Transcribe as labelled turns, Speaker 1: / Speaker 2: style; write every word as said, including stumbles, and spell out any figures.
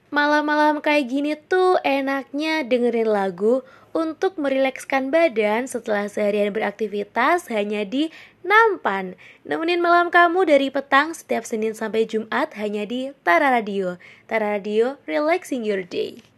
Speaker 1: Malam-malam kayak gini tuh enaknya dengerin lagu untuk merilekskan badan setelah seharian beraktivitas hanya di Nampan. Nemenin malam kamu dari petang setiap Senin sampai Jumat hanya di Tara Radio. Tara Radio, relaxing your day.